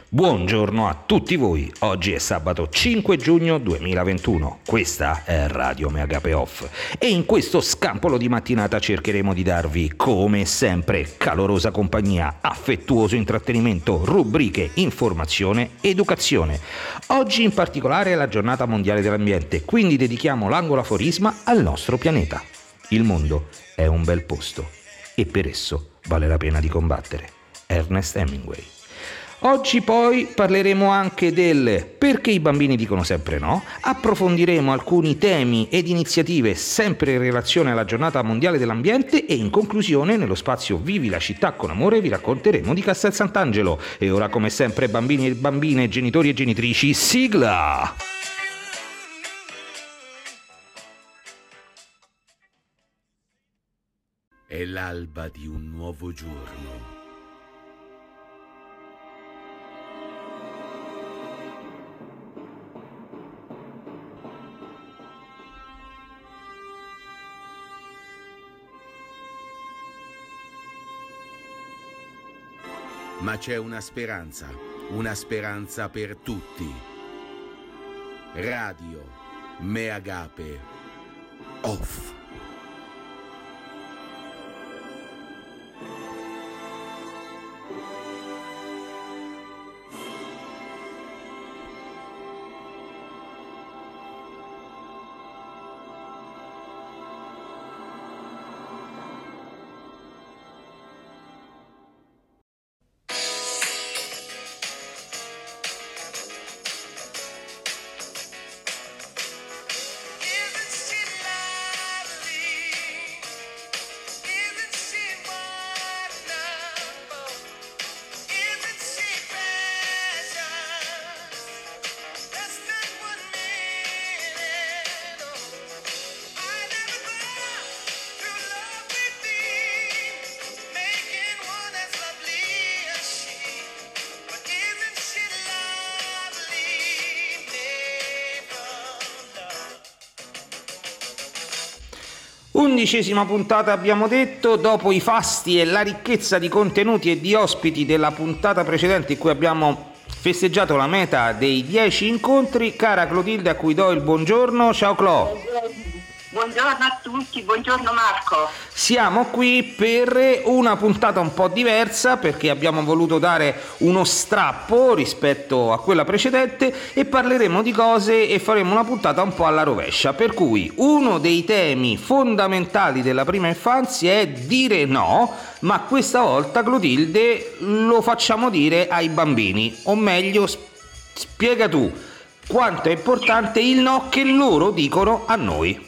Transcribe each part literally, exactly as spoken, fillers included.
Buongiorno a tutti voi, oggi è sabato cinque giugno duemilaventuno, questa è Radio Meagape Off e in questo scampolo di mattinata cercheremo di darvi, come sempre, calorosa compagnia, affettuoso intrattenimento, rubriche, informazione, educazione. Oggi in particolare è la giornata mondiale dell'ambiente, quindi dedichiamo l'angolo aforisma al nostro pianeta. Il mondo è un bel posto e per esso vale la pena di combattere. Ernest Hemingway. Oggi poi parleremo anche del perché i bambini dicono sempre no, approfondiremo alcuni temi ed iniziative sempre in relazione alla giornata mondiale dell'ambiente e in conclusione nello spazio Vivi la città con amore vi racconteremo di Castel Sant'Angelo. E ora come sempre bambini e bambine, genitori e genitrici, sigla! È l'alba di un nuovo giorno. Ma c'è una speranza, una speranza per tutti. Radio Meagape Off. Undicesima puntata abbiamo detto, dopo i fasti e la ricchezza di contenuti e di ospiti della puntata precedente in cui abbiamo festeggiato la meta dei dieci incontri. Cara Clotilde, a cui do il buongiorno. Ciao Clo. Buongiorno a tutti, buongiorno Marco. Siamo qui per una puntata un po' diversa perché abbiamo voluto dare uno strappo rispetto a quella precedente e parleremo di cose e faremo una puntata un po' alla rovescia, per cui uno dei temi fondamentali della prima infanzia è dire no, ma questa volta Clotilde lo facciamo dire ai bambini, o meglio spiega tu quanto è importante il no che loro dicono a noi.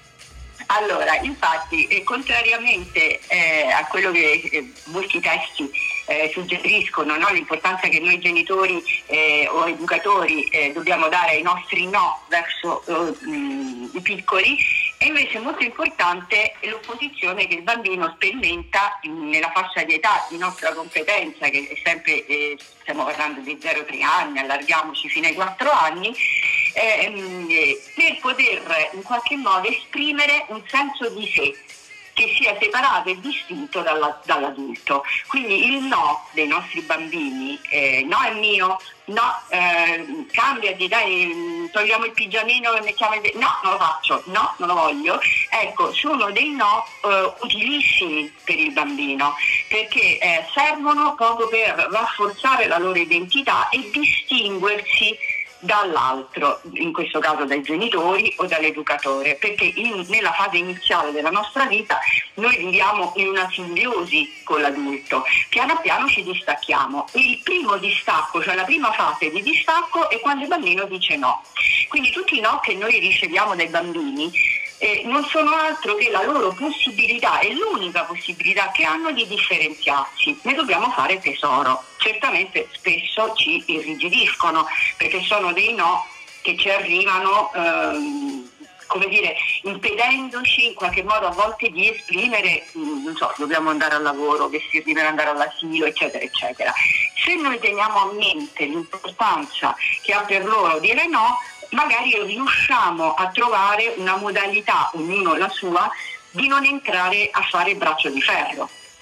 Allora, infatti, eh, contrariamente eh, a quello che eh, molti testi eh, suggeriscono, no? L'importanza che noi genitori eh, o educatori eh, dobbiamo dare ai nostri no verso eh, mh, i piccoli, è invece molto importante l'opposizione che il bambino sperimenta in, nella fascia di età di nostra competenza, che è sempre, eh, stiamo parlando di zero tre anni, allarghiamoci fino ai quattro anni, eh, per poter in qualche modo esprimere un senso di sé che sia separato e distinto dalla, dall'adulto. Quindi il no dei nostri bambini, eh, no è mio, no, eh, cambiati, dai, togliamo il pigiamino e mettiamo il... no, non lo faccio, no, non lo voglio. Ecco, sono dei no eh, utilissimi per il bambino, perché eh, servono proprio per rafforzare la loro identità e distinguersi dall'altro, in questo caso dai genitori o dall'educatore, perché in, nella fase iniziale della nostra vita noi viviamo in una simbiosi con l'adulto, piano piano ci distacchiamo e il primo distacco, cioè la prima fase di distacco è quando il bambino dice no. Quindi tutti i no che noi riceviamo dai bambini eh, non sono altro che la loro possibilità, è l'unica possibilità che hanno di differenziarsi, ne dobbiamo fare tesoro. Certamente spesso ci irrigidiscono perché sono dei no che ci arrivano ehm, come dire, impedendoci in qualche modo a volte di esprimere, non so, dobbiamo andare al lavoro, vestirmi per andare all'asilo, eccetera, eccetera. Se noi teniamo a mente l'importanza che ha per loro dire no, magari riusciamo a trovare una modalità, ognuno la sua, di non entrare a fare braccio di ferro.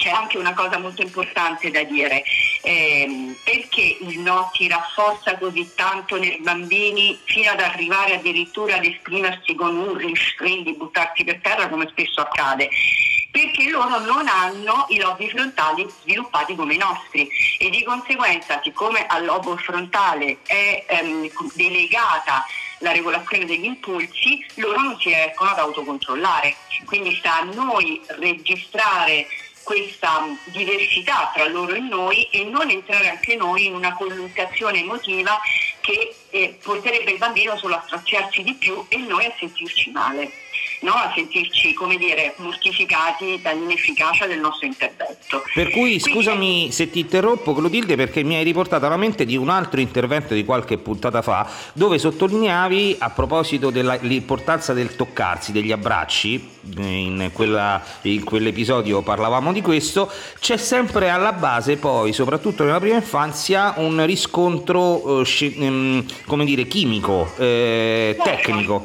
c'è anche una cosa molto importante da dire, ehm, perché il no si rafforza così tanto nei bambini fino ad arrivare addirittura ad esprimersi con urli, strilli, buttarsi per terra come spesso accade? Perché loro non hanno i lobi frontali sviluppati come i nostri e di conseguenza, siccome al lobo frontale è ehm, delegata la regolazione degli impulsi, loro non si riescono ad autocontrollare. Quindi sta a noi registrare questa diversità tra loro e noi e non entrare anche noi in una colluttazione emotiva che eh, porterebbe il bambino solo a straziarsi di più e noi a sentirci male, no? A sentirci, come dire, mortificati dall'inefficacia del nostro intervento. Per cui, scusami Quindi, se ti interrompo Clotilde, perché mi hai riportato alla mente di un altro intervento di qualche puntata fa dove sottolineavi, a proposito dell'importanza del toccarsi, degli abbracci, in, quella, in quell'episodio parlavamo di questo, c'è sempre alla base poi, soprattutto nella prima infanzia, un riscontro eh, come dire chimico, eh, tecnico.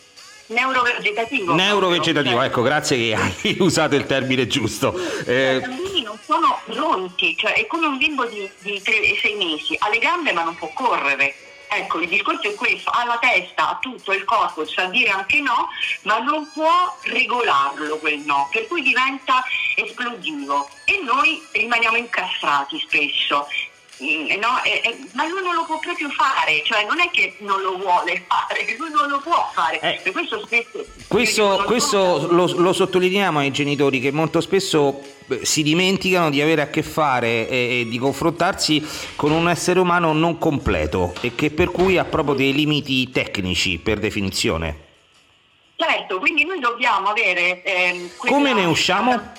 Neurovegetativo. Neurovegetativo, cioè, ecco, grazie che hai usato il termine giusto. Eh, I bambini non sono pronti, cioè è come un bimbo di, di tre sei mesi, ha le gambe ma non può correre. Ecco, il discorso è questo, ha la testa, ha tutto il corpo, sa dire anche no, ma non può regolarlo quel no, per cui diventa esplosivo e noi rimaniamo incastrati spesso. No, eh, eh, ma lui non lo può proprio fare, cioè non è che non lo vuole fare, lui non lo può fare. Eh, per questo spesso questo, questo lo, lo sottolineiamo ai genitori che molto spesso si dimenticano di avere a che fare e, e di confrontarsi con un essere umano non completo e che per cui ha proprio dei limiti tecnici per definizione. Certo, quindi noi dobbiamo avere ehm, quella... Come ne usciamo?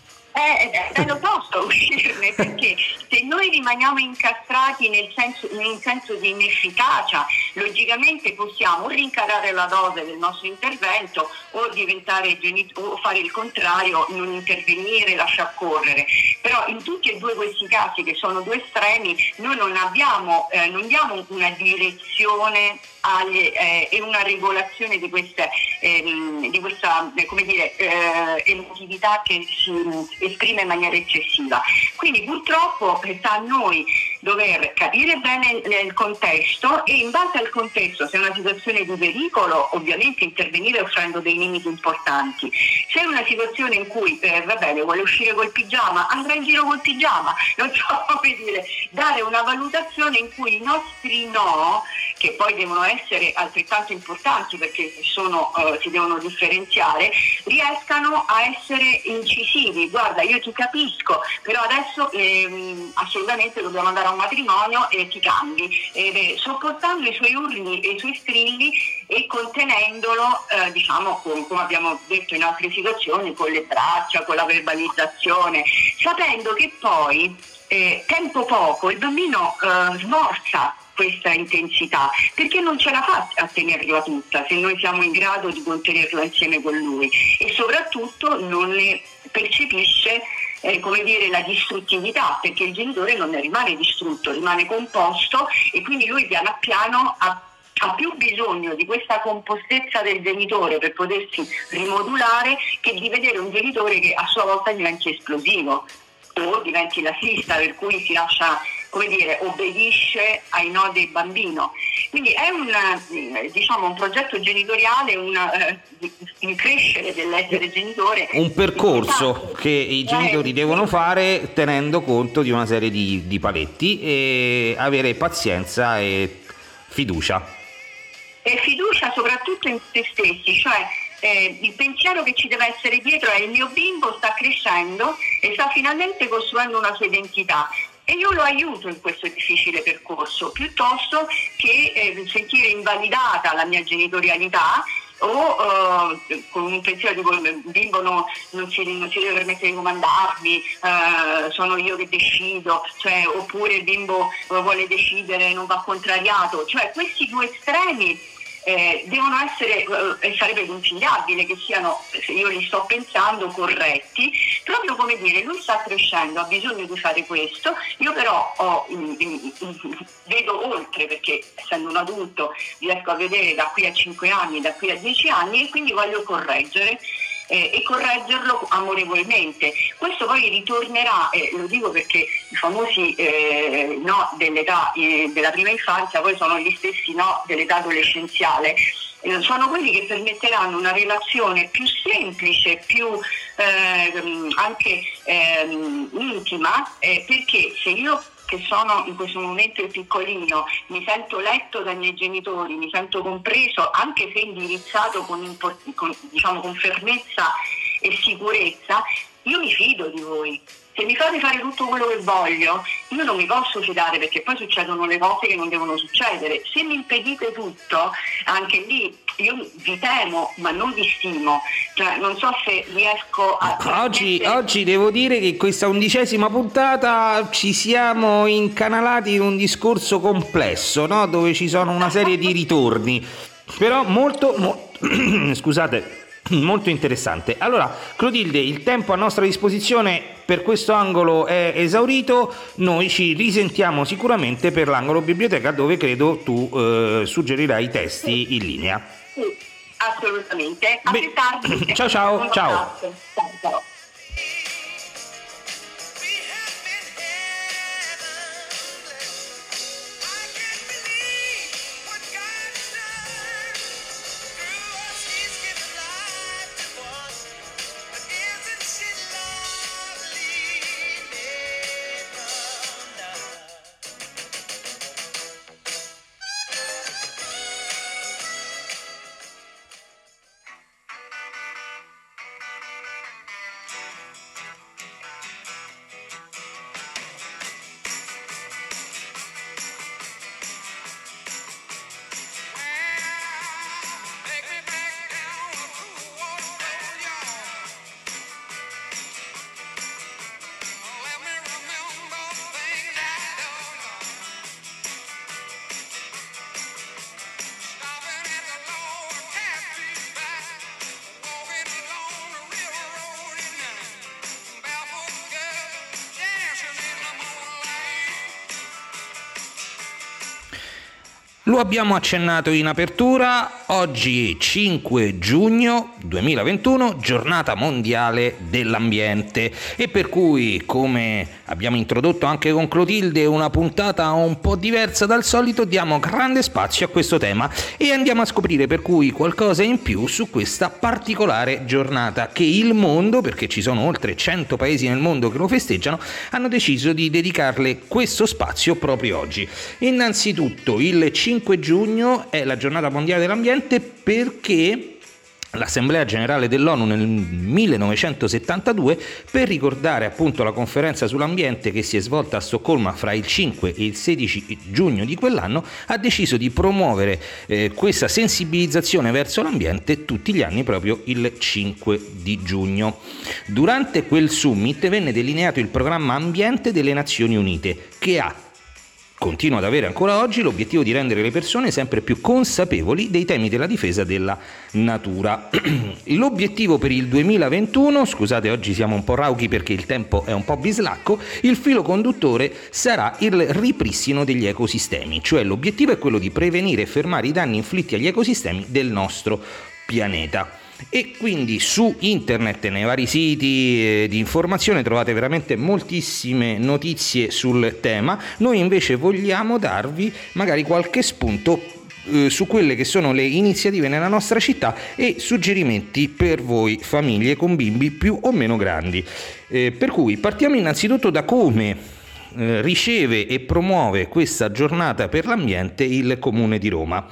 Eh, eh, non posso uscirne perché se noi rimaniamo incastrati nel senso, nel senso di inefficacia, logicamente possiamo rincarare la dose del nostro intervento o diventare genit- o fare il contrario, non intervenire, lasciar correre. Però in tutti e due questi casi, che sono due estremi, noi non abbiamo, eh, non diamo una direzione agli, eh, e una regolazione di questa, ehm, di questa eh, come dire, eh, emotività che si esprime in maniera eccessiva. Quindi purtroppo sta a noi dover capire bene il contesto e in base al contesto, se è una situazione di pericolo, ovviamente intervenire offrendo dei limiti importanti. Se è una situazione in cui eh, va bene, vuole uscire col pigiama, andrà in giro col pigiama, non so come dire, dare una valutazione in cui i nostri no, che poi devono essere altrettanto importanti perché sono, uh, si devono differenziare, riescano a essere incisivi. Guarda, io ti capisco, però adesso ehm, assolutamente dobbiamo andare a un matrimonio e ti cambi, eh, sopportando i suoi urli e i suoi strilli e contenendolo, eh, diciamo, con, come abbiamo detto in altre situazioni, con le braccia, con la verbalizzazione, sapendo che poi, eh, tempo poco, il bambino eh, smorza questa intensità perché non ce la fa a tenerla tutta se noi siamo in grado di contenerla insieme con lui e soprattutto non ne percepisce eh, come dire la distruttività, perché il genitore non ne rimane distrutto, rimane composto e quindi lui piano piano ha ha più bisogno di questa compostezza del genitore per potersi rimodulare che di vedere un genitore che a sua volta diventi esplosivo o diventi lassista, per cui si lascia, come dire, obbedisce ai no del bambino. Quindi è un, diciamo, un progetto genitoriale, una, eh, un crescere dell'essere genitore. Un percorso che i genitori eh, devono fare tenendo conto di una serie di, di paletti e avere pazienza e fiducia. E fiducia soprattutto in se stessi, cioè eh, il pensiero che ci deve essere dietro è: il mio bimbo sta crescendo e sta finalmente costruendo una sua identità e io lo aiuto in questo difficile percorso, piuttosto che eh, sentire invalidata la mia genitorialità o uh, con un pensiero tipo il bimbo no, non, si, non si deve permettere di comandarmi, uh, sono io che decido, cioè, oppure il bimbo vuole decidere e non va contrariato, cioè questi due estremi Eh, devono essere, e eh, sarebbe consigliabile che siano, se io li sto pensando, corretti, proprio come dire, lui sta crescendo, ha bisogno di fare questo, io però ho, in, in, in, vedo oltre, perché essendo un adulto riesco a vedere da qui a cinque anni, da qui a dieci anni e quindi voglio correggere eh, e correggerlo amorevolmente. Questo poi ritornerà, eh, lo dico perché i famosi eh, no dell'età eh, della prima infanzia poi sono gli stessi no dell'età adolescenziale. Sono quelli che permetteranno una relazione più semplice, più eh, anche eh, intima, eh, perché se io che sono in questo momento il piccolino mi sento letto dai miei genitori, mi sento compreso anche se indirizzato con, con, diciamo, con fermezza e sicurezza, io mi fido di voi. Se mi fate fare tutto quello che voglio, io non mi posso fidare, perché poi succedono le cose che non devono succedere. Se mi impedite tutto, anche lì io vi temo, ma non vi stimo. Cioè, non so se riesco a... Oggi, oggi devo dire che in questa undicesima puntata ci siamo incanalati in un discorso complesso, no? Dove ci sono una serie di ritorni, però molto... mo- scusate... molto interessante. Allora, Clotilde, il tempo a nostra disposizione per questo angolo è esaurito. Noi ci risentiamo sicuramente per l'angolo biblioteca, dove credo tu eh, suggerirai i testi in linea. Sì, assolutamente. A più tardi. Ciao ciao, ciao. Ciao, ciao. Lo abbiamo accennato in apertura, oggi cinque giugno duemilaventuno, giornata mondiale dell'ambiente, e per cui, come abbiamo introdotto anche con Clotilde, una puntata un po' diversa dal solito, diamo grande spazio a questo tema e andiamo a scoprire per cui qualcosa in più su questa particolare giornata che il mondo, perché ci sono oltre cento paesi nel mondo che lo festeggiano, hanno deciso di dedicarle questo spazio proprio oggi. Innanzitutto il cinque giugno è la giornata mondiale dell'ambiente perché l'Assemblea Generale dell'ONU nel millenovecentosettantadue, per ricordare appunto la conferenza sull'ambiente che si è svolta a Stoccolma fra il cinque e il sedici giugno di quell'anno, ha deciso di promuovere eh, questa sensibilizzazione verso l'ambiente tutti gli anni proprio il cinque di giugno. Durante quel summit venne delineato il programma ambiente delle Nazioni Unite, che ha continua ad avere ancora oggi l'obiettivo di rendere le persone sempre più consapevoli dei temi della difesa della natura. L'obiettivo per il duemilaventuno, scusate oggi siamo un po' rauchi perché il tempo è un po' bislacco, il filo conduttore sarà il ripristino degli ecosistemi, cioè l'obiettivo è quello di prevenire e fermare i danni inflitti agli ecosistemi del nostro pianeta. E quindi su internet e nei vari siti eh, di informazione trovate veramente moltissime notizie sul tema. Noi invece vogliamo darvi magari qualche spunto eh, su quelle che sono le iniziative nella nostra città e suggerimenti per voi famiglie con bimbi più o meno grandi. Eh, per cui partiamo innanzitutto da come riceve e promuove questa giornata per l'ambiente il Comune di Roma.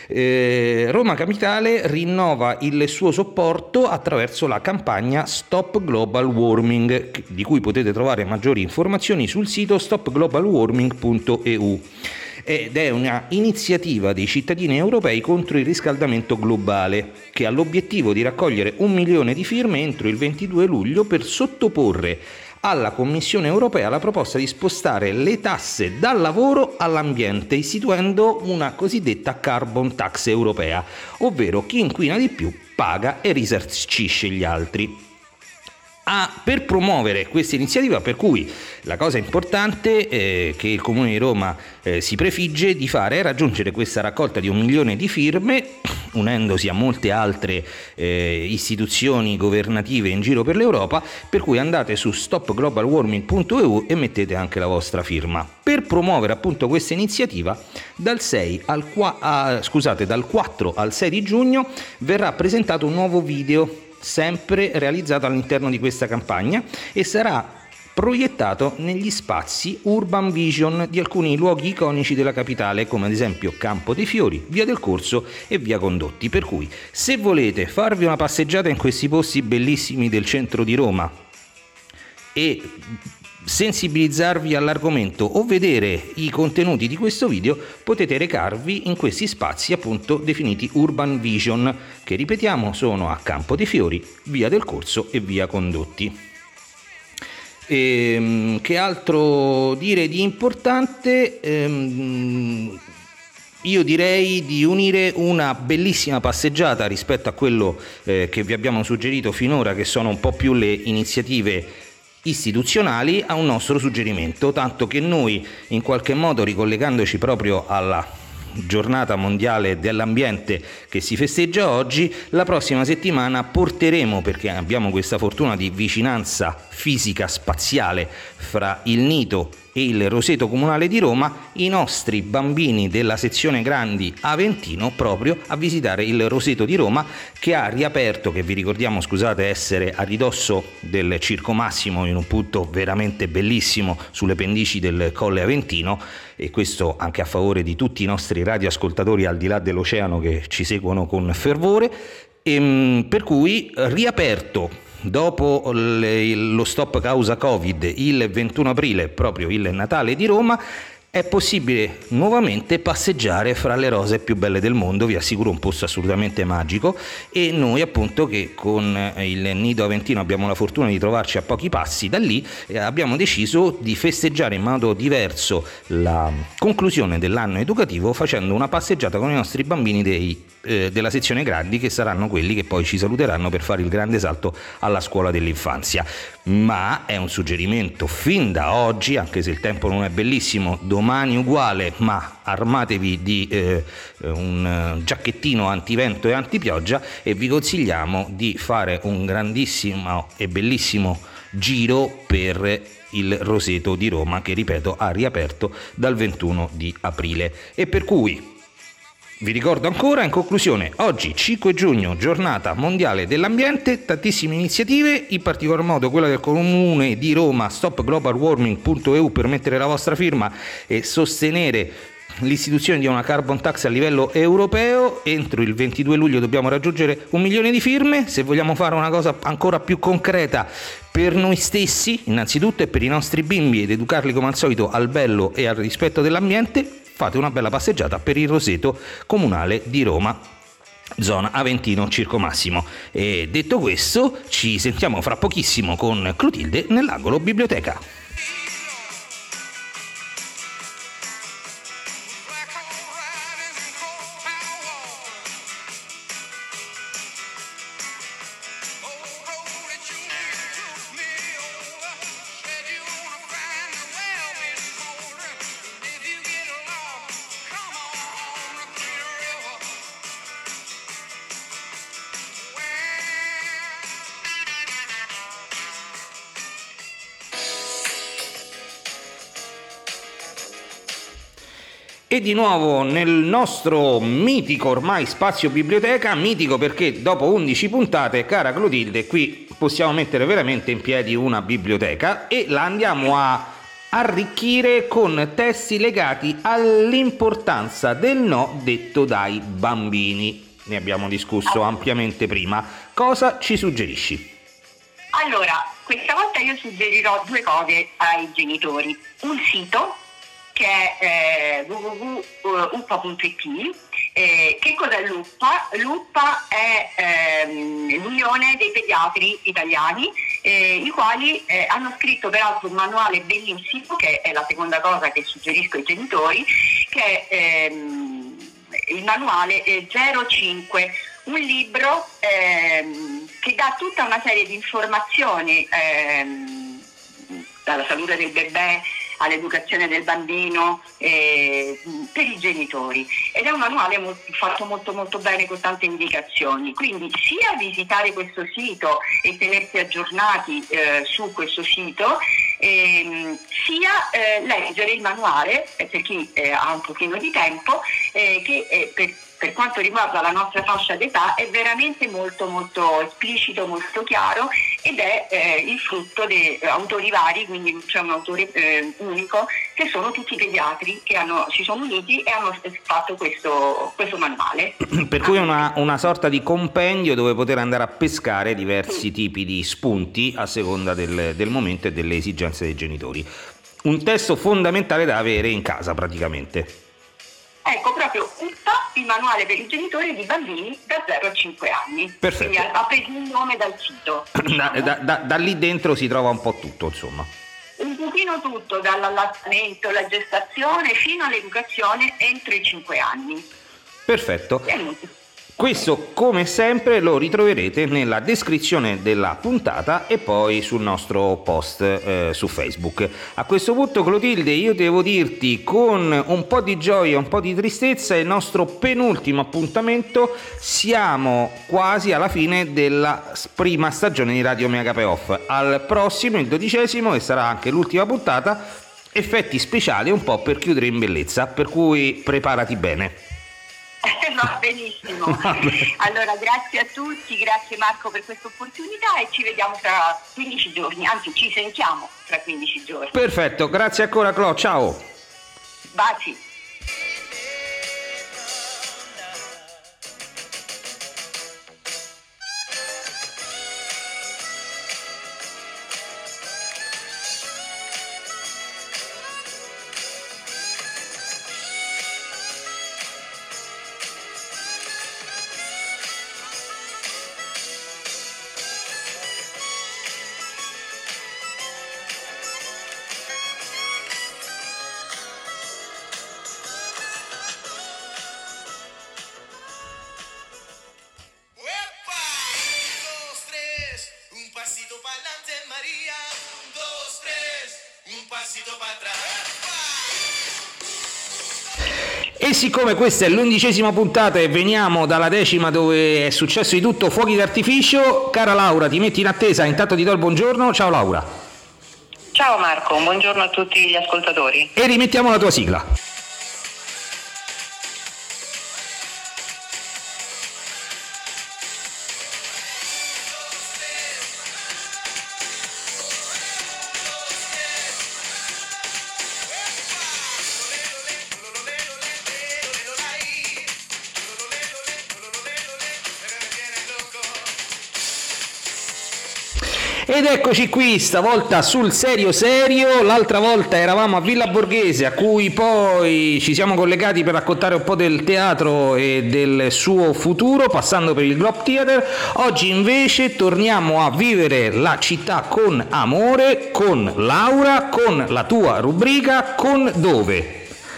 Eh, Roma Capitale rinnova il suo supporto attraverso la campagna Stop Global Warming, di cui potete trovare maggiori informazioni sul sito stop global warming punto e u. Ed è una iniziativa dei cittadini europei contro il riscaldamento globale, che ha l'obiettivo di raccogliere un milione di firme entro il ventidue luglio per sottoporre alla Commissione europea la proposta di spostare le tasse dal lavoro all'ambiente, istituendo una cosiddetta carbon tax europea, ovvero chi inquina di più paga e risarcisce gli altri. A, per promuovere questa iniziativa, per cui la cosa importante eh, che il Comune di Roma eh, si prefigge di fare è raggiungere questa raccolta di un milione di firme, unendosi a molte altre eh, istituzioni governative in giro per l'Europa, per cui andate su stop global warming punto e u e mettete anche la vostra firma. Per promuovere appunto questa iniziativa, dal, sei al qua, a, scusate, dal quattro al sei di giugno verrà presentato un nuovo video, sempre realizzato all'interno di questa campagna, e sarà proiettato negli spazi Urban Vision di alcuni luoghi iconici della capitale, come ad esempio Campo dei Fiori, Via del Corso e Via Condotti. Per cui, se volete farvi una passeggiata in questi posti bellissimi del centro di Roma e sensibilizzarvi all'argomento o vedere i contenuti di questo video, potete recarvi in questi spazi appunto definiti Urban Vision, che ripetiamo sono a Campo dei Fiori, Via del Corso e Via Condotti. E, che altro dire di importante? Ehm, io direi di unire una bellissima passeggiata rispetto a quello eh, che vi abbiamo suggerito finora, che sono un po' più le iniziative istituzionali, a un nostro suggerimento, tanto che noi, in qualche modo ricollegandoci proprio alla giornata mondiale dell'ambiente che si festeggia oggi, la prossima settimana porteremo, perché abbiamo questa fortuna di vicinanza fisica spaziale fra il Nido e il Roseto Comunale di Roma, i nostri bambini della sezione grandi Aventino proprio a visitare il Roseto di Roma, che ha riaperto, che vi ricordiamo, scusate, essere a ridosso del Circo Massimo, in un punto veramente bellissimo sulle pendici del Colle Aventino, e questo anche a favore di tutti i nostri radioascoltatori al di là dell'oceano che ci seguono con fervore. E, per cui riaperto dopo le, lo stop causa Covid il ventuno aprile, proprio il Natale di Roma, è possibile nuovamente passeggiare fra le rose più belle del mondo. Vi assicuro un posto assolutamente magico, e noi appunto, che con il Nido Aventino abbiamo la fortuna di trovarci a pochi passi da lì, eh, abbiamo deciso di festeggiare in modo diverso la conclusione dell'anno educativo facendo una passeggiata con i nostri bambini dei, eh, della sezione grandi, che saranno quelli che poi ci saluteranno per fare il grande salto alla scuola dell'infanzia. Ma è un suggerimento fin da oggi, anche se il tempo non è bellissimo, domani uguale, ma armatevi di eh, un giacchettino antivento e antipioggia, e vi consigliamo di fare un grandissimo e bellissimo giro per il Roseto di Roma, che ripeto ha riaperto dal ventuno di aprile. E per cui vi ricordo ancora, in conclusione, oggi cinque giugno, giornata mondiale dell'ambiente, tantissime iniziative, in particolar modo quella del Comune di Roma, stop global warming punto e u, per mettere la vostra firma e sostenere l'istituzione di una carbon tax a livello europeo. Entro il ventidue luglio dobbiamo raggiungere un milione di firme. Se vogliamo fare una cosa ancora più concreta per noi stessi innanzitutto e per i nostri bimbi, ed educarli come al solito al bello e al rispetto dell'ambiente, fate una bella passeggiata per il Roseto Comunale di Roma, zona Aventino Circo Massimo. E detto questo, ci sentiamo fra pochissimo con Clotilde nell'angolo biblioteca. E di nuovo nel nostro mitico ormai spazio biblioteca, mitico perché dopo undici puntate, cara Clotilde, qui possiamo mettere veramente in piedi una biblioteca, e la andiamo a arricchire con testi legati all'importanza del no detto dai bambini. Ne abbiamo discusso ampiamente prima. Cosa ci suggerisci? Allora, questa volta io suggerirò due cose ai genitori. Un sito che è eh, w w w punto u p p a punto i t. Eh, che cos'è l'U P P A? L'U P P A è ehm, l'Unione dei Pediatri Italiani, eh, i quali eh, hanno scritto peraltro un manuale bellissimo, che è la seconda cosa che suggerisco ai genitori, che è ehm, il manuale eh, zero cinque, un libro ehm, che dà tutta una serie di informazioni ehm, dalla salute del bebè all'educazione del bambino eh, per i genitori, ed è un manuale molto, fatto molto molto bene con tante indicazioni, quindi sia visitare questo sito e tenersi aggiornati eh, su questo sito, ehm, sia eh, leggere il manuale eh, per chi eh, ha un pochino di tempo, eh, che eh, per Per quanto riguarda la nostra fascia d'età è veramente molto molto esplicito, molto chiaro, ed è eh, il frutto di autori vari, quindi c'è un autore eh, unico, che sono tutti pediatri che hanno, si sono uniti e hanno fatto questo, questo manuale. Per cui è una, una sorta di compendio dove poter andare a pescare diversi tipi di spunti a seconda del, del momento e delle esigenze dei genitori. Un testo fondamentale da avere in casa praticamente. Ecco, proprio un po' il manuale per i genitori di bambini da zero a cinque anni. Perfetto. Quindi ha preso il nome dal sito. Diciamo. Da, da, da, da lì dentro si trova un po' tutto, insomma. Un pochino tutto, dall'allattamento, la gestazione, fino all'educazione entro i cinque anni. Perfetto. Questo, come sempre, lo ritroverete nella descrizione della puntata e poi sul nostro post eh, su Facebook. A questo punto, Clotilde, io devo dirti con un po' di gioia, un po' di tristezza, il nostro penultimo appuntamento. Siamo quasi alla fine della prima stagione di Radio Megape Off. Al prossimo, il dodicesimo, e sarà anche l'ultima puntata, effetti speciali un po' per chiudere in bellezza, per cui preparati bene. Va benissimo. Allora, grazie a tutti, grazie Marco per questa opportunità e ci vediamo tra quindici giorni, anzi ci sentiamo tra quindici giorni. Perfetto, grazie ancora Clo, ciao. Baci. E siccome questa è l'undicesima puntata e veniamo dalla decima dove è successo di tutto, fuochi d'artificio, cara Laura, ti metti in attesa, intanto ti do il buongiorno. Ciao Laura. Ciao Marco, buongiorno a tutti gli ascoltatori. E rimettiamo la tua sigla. Ed eccoci qui, stavolta sul serio serio. L'altra volta eravamo a Villa Borghese, a cui poi ci siamo collegati per raccontare un po' del teatro e del suo futuro, passando per il Globe Theatre. Oggi invece torniamo a vivere la città con amore, con Laura, con la tua rubrica Con Dove.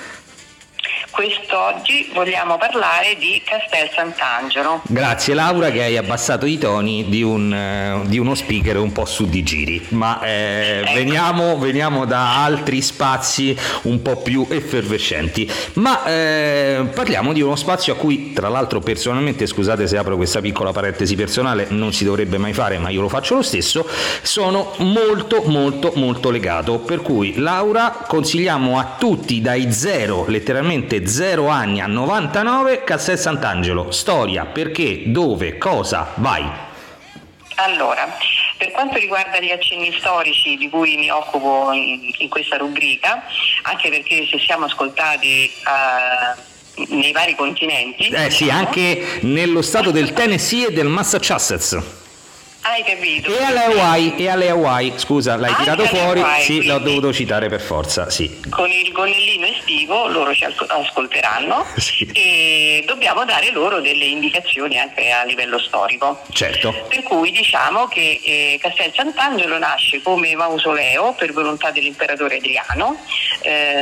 Quest'oggi vogliamo parlare di Castel Sant'Angelo. Grazie Laura che hai abbassato i toni di, un, uh, di uno speaker un po' su di giri, ma eh, ecco. veniamo, veniamo da altri spazi un po' più effervescenti, ma eh, parliamo di uno spazio a cui tra l'altro personalmente, scusate se apro questa piccola parentesi personale, non si dovrebbe mai fare ma io lo faccio lo stesso, sono molto molto molto legato, per cui Laura consigliamo a tutti dai zero, letteralmente zero anni a novantanove, Castel Sant'Angelo. Storia, perché, dove, cosa, vai. Allora, per quanto riguarda gli accenni storici di cui mi occupo in, in questa rubrica, anche perché se siamo ascoltati uh, nei vari continenti, eh sì, anche nello stato del Tennessee e del Massachusetts. Hai capito? E alle Hawaii, e alle Hawaii, scusa, l'hai Anche tirato fuori, Hawaii, sì, quindi, l'ho dovuto citare per forza, sì. Con il gonnellino estivo loro ci ascolteranno sì. E dobbiamo dare loro delle indicazioni anche a livello storico. Certo. Per cui diciamo che eh, Castel Sant'Angelo nasce come mausoleo per volontà dell'imperatore Adriano,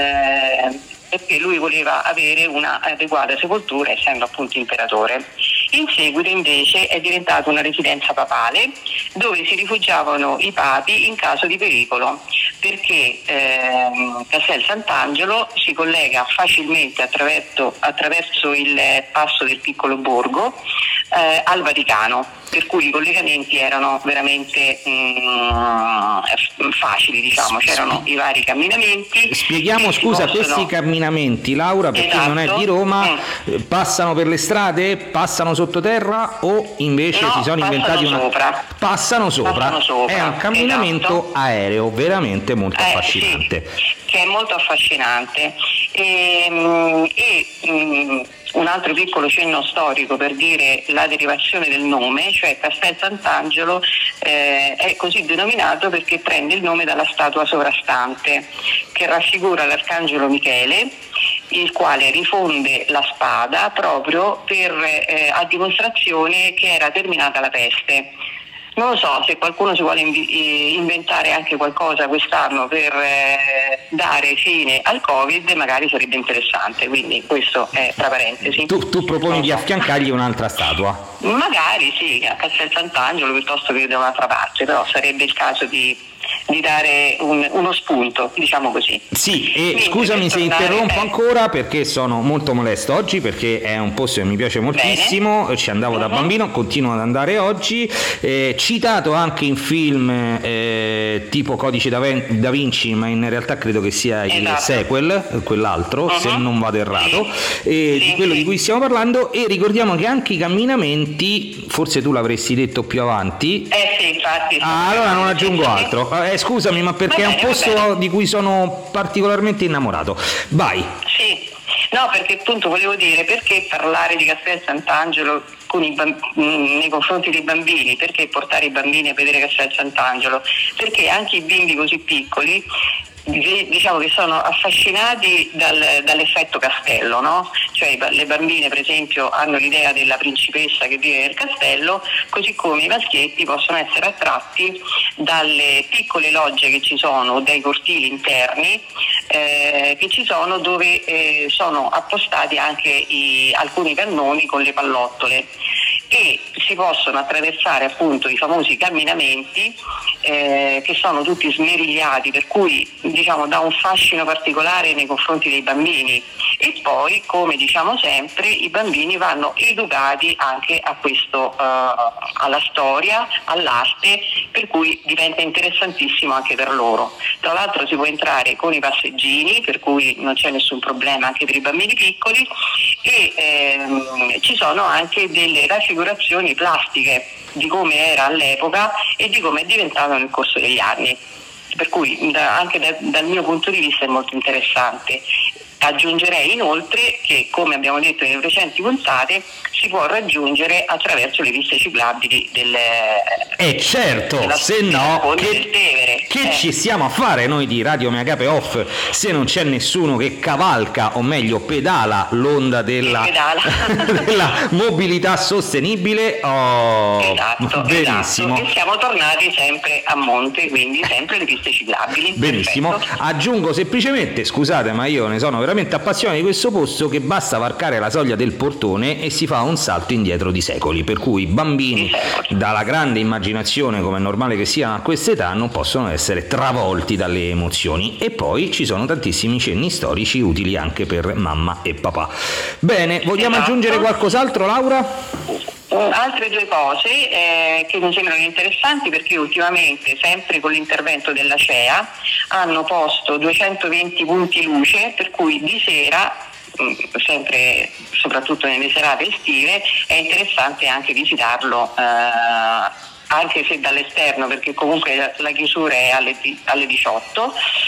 eh, perché lui voleva avere una adeguata sepoltura essendo appunto imperatore. In seguito invece è diventata una residenza papale dove si rifugiavano i papi in caso di pericolo, perché ehm, Castel Sant'Angelo si collega facilmente attraverso, attraverso il passo del piccolo borgo eh, al Vaticano, per cui i collegamenti erano veramente mh, facili, diciamo, c'erano i vari camminamenti. Spieghiamo, scusa, possono... questi camminamenti, Laura, per esatto. chi non è di Roma, mm. passano per le strade, passano sottoterra o invece no, si sono inventati una... Sopra. Passano sopra. Passano sopra. È un camminamento esatto. aereo, veramente molto eh, affascinante. Sì, che è molto affascinante. E, e mh, un altro piccolo cenno storico per dire la derivazione del nome, cioè Castel Sant'Angelo eh, è così denominato perché prende il nome dalla statua sovrastante che raffigura l'arcangelo Michele, il quale rifonde la spada proprio per, eh, a dimostrazione che era terminata la peste. Non lo so, se qualcuno si vuole invi- inventare anche qualcosa quest'anno per eh, dare fine al Covid, magari sarebbe interessante, quindi questo è tra parentesi. Tu, tu proponi di affiancargli un'altra statua? Magari sì, a Castel Sant'Angelo piuttosto che da un'altra parte, però sarebbe il caso di di dare un, uno spunto, diciamo così. Sì, e quindi, scusami se tornare, interrompo eh. ancora perché sono molto molesto oggi, perché è un posto che mi piace moltissimo. Bene. Ci andavo uh-huh. da bambino, continuo ad andare oggi, eh, citato anche in film eh, tipo Codice da, Ven- da Vinci, ma in realtà credo che sia il esatto. sequel, quell'altro, uh-huh. se non vado errato, sì. E sì, di quello sì. di cui stiamo parlando. E ricordiamo che anche i camminamenti, forse tu l'avresti detto più avanti. Eh sì, infatti. Ah, allora non aggiungo altro. Eh, scusami, ma perché bene, è un posto di cui sono particolarmente innamorato. Vai. Sì, no, perché appunto volevo dire, perché parlare di Castel Sant'Angelo con i bamb- nei confronti dei bambini, perché portare i bambini a vedere Castel Sant'Angelo? Perché anche i bimbi così piccoli diciamo che sono affascinati dal, dall'effetto castello, no? Cioè le bambine per esempio hanno l'idea della principessa che vive nel castello, così come i maschietti possono essere attratti dalle piccole logge che ci sono, dai cortili interni eh, che ci sono, dove eh, sono appostati anche i, alcuni cannoni con le pallottole, e si possono attraversare appunto i famosi camminamenti eh, che sono tutti smerigliati, per cui diciamo dà un fascino particolare nei confronti dei bambini. E poi, come diciamo sempre, i bambini vanno educati anche a questo, uh, alla storia, all'arte, per cui diventa interessantissimo anche per loro. Tra l'altro si può entrare con i passeggini, per cui non c'è nessun problema anche per i bambini piccoli, e ehm, ci sono anche delle raffigurazioni plastiche di come era all'epoca e di come è diventato nel corso degli anni, per cui da, anche da, dal mio punto di vista è molto interessante. Aggiungerei inoltre che, come abbiamo detto nelle recenti puntate, si può raggiungere attraverso le piste ciclabili del eh certo, della, se no che, che eh. ci stiamo a fare noi di Radio Meagape Off se non c'è nessuno che cavalca, o meglio pedala, l'onda della, pedala. della mobilità sostenibile. Oh, esatto, benissimo. Esatto. E siamo tornati sempre a monte, quindi sempre le piste ciclabili. Benissimo. Perfetto. Aggiungo semplicemente, scusate ma io ne sono veramente appassionato di questo posto, che basta varcare la soglia del portone e si fa un salto indietro di secoli, per cui i bambini dalla grande immaginazione, come è normale che siano a quest'età, non possono essere travolti dalle emozioni. E poi ci sono tantissimi cenni storici utili anche per mamma e papà. Bene, vogliamo esatto. aggiungere qualcos'altro, Laura? Altre due cose eh, che mi sembrano interessanti, perché ultimamente, sempre con l'intervento della C E A, hanno posto duecentoventi punti luce, per cui di sera, sempre soprattutto nelle serate estive, è interessante anche visitarlo, eh, anche se dall'esterno, perché comunque la chiusura è alle, alle diciotto,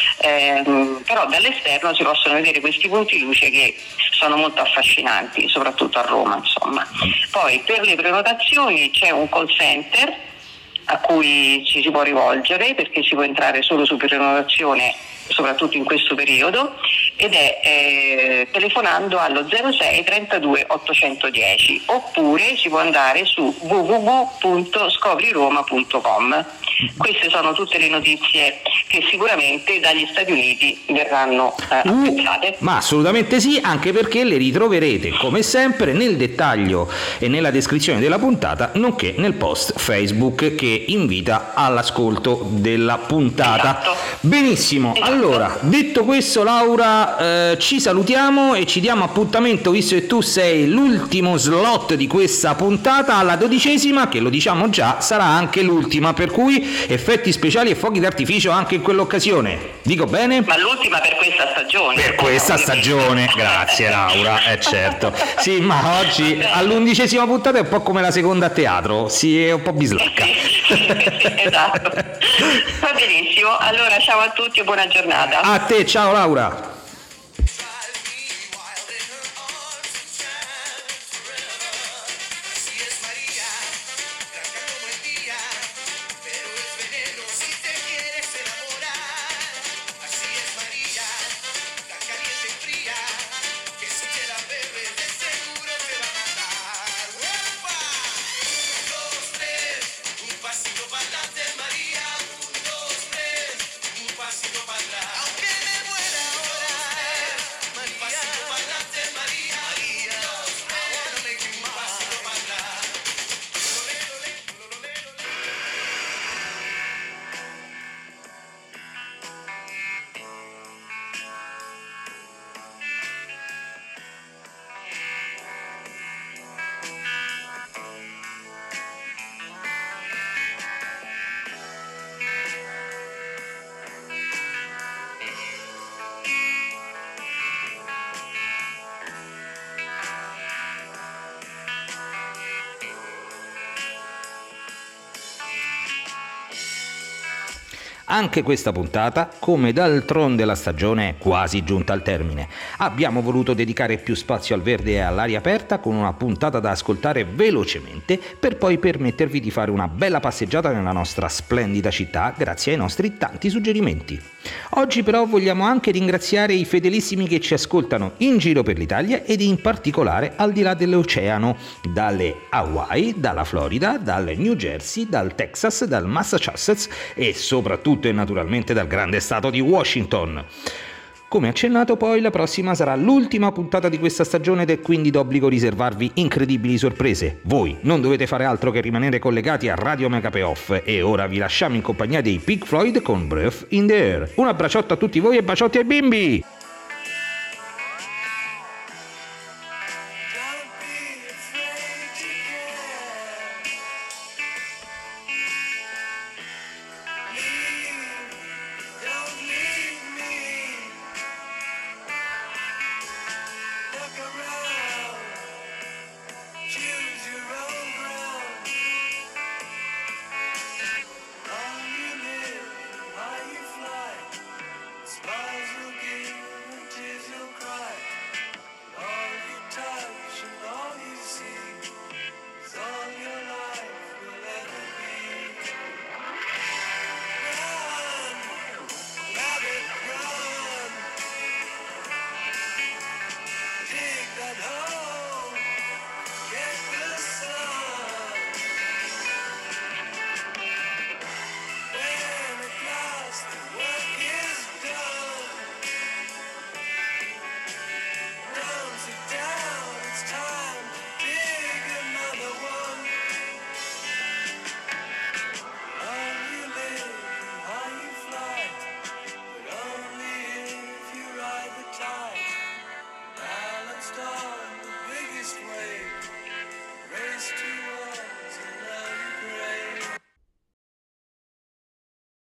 ehm, però dall'esterno si possono vedere questi punti luce che sono molto affascinanti, soprattutto a Roma, insomma. Poi per le prenotazioni c'è un call center a cui ci si può rivolgere, perché si può entrare solo su prenotazione soprattutto in questo periodo, ed è eh, telefonando allo zero sei trentadue ottocentodieci, oppure si può andare su w w w punto scopriroma punto com. Queste sono tutte le notizie che sicuramente dagli Stati Uniti verranno eh, apprezzate. Uh, ma assolutamente sì, anche perché le ritroverete come sempre nel dettaglio e nella descrizione della puntata, nonché nel post Facebook che invita all'ascolto della puntata. Esatto. Benissimo, Esatto. Allora, detto questo, Laura, eh, ci salutiamo e ci diamo appuntamento, visto che tu sei l'ultimo slot di questa puntata, alla dodicesima, che lo diciamo già sarà anche l'ultima, per cui effetti speciali e fuochi d'artificio anche in quell'occasione. Dico bene? Ma l'ultima per questa stagione. Per questa stagione, grazie Laura, è eh, certo. Sì, ma oggi all'undicesima puntata è un po' come la seconda a teatro, si è un po' bislacca. Esatto. Va benissimo, allora ciao a tutti e buona giornata. A te, ciao Laura. Anche questa puntata, come d'altronde la stagione, è quasi giunta al termine. Abbiamo voluto dedicare più spazio al verde e all'aria aperta con una puntata da ascoltare velocemente per poi permettervi di fare una bella passeggiata nella nostra splendida città grazie ai nostri tanti suggerimenti. Oggi però vogliamo anche ringraziare i fedelissimi che ci ascoltano in giro per l'Italia ed in particolare al di là dell'oceano, dalle Hawaii, dalla Florida, dal New Jersey, dal Texas, dal Massachusetts e soprattutto e naturalmente dal grande stato di Washington. Come accennato, poi la prossima sarà l'ultima puntata di questa stagione ed è quindi d'obbligo riservarvi incredibili sorprese. Voi non dovete fare altro che rimanere collegati a Radio Megape Off e ora vi lasciamo in compagnia dei Pink Floyd con Breath in the Air. Un abbracciotto a tutti voi e baciotti ai bimbi! Look around.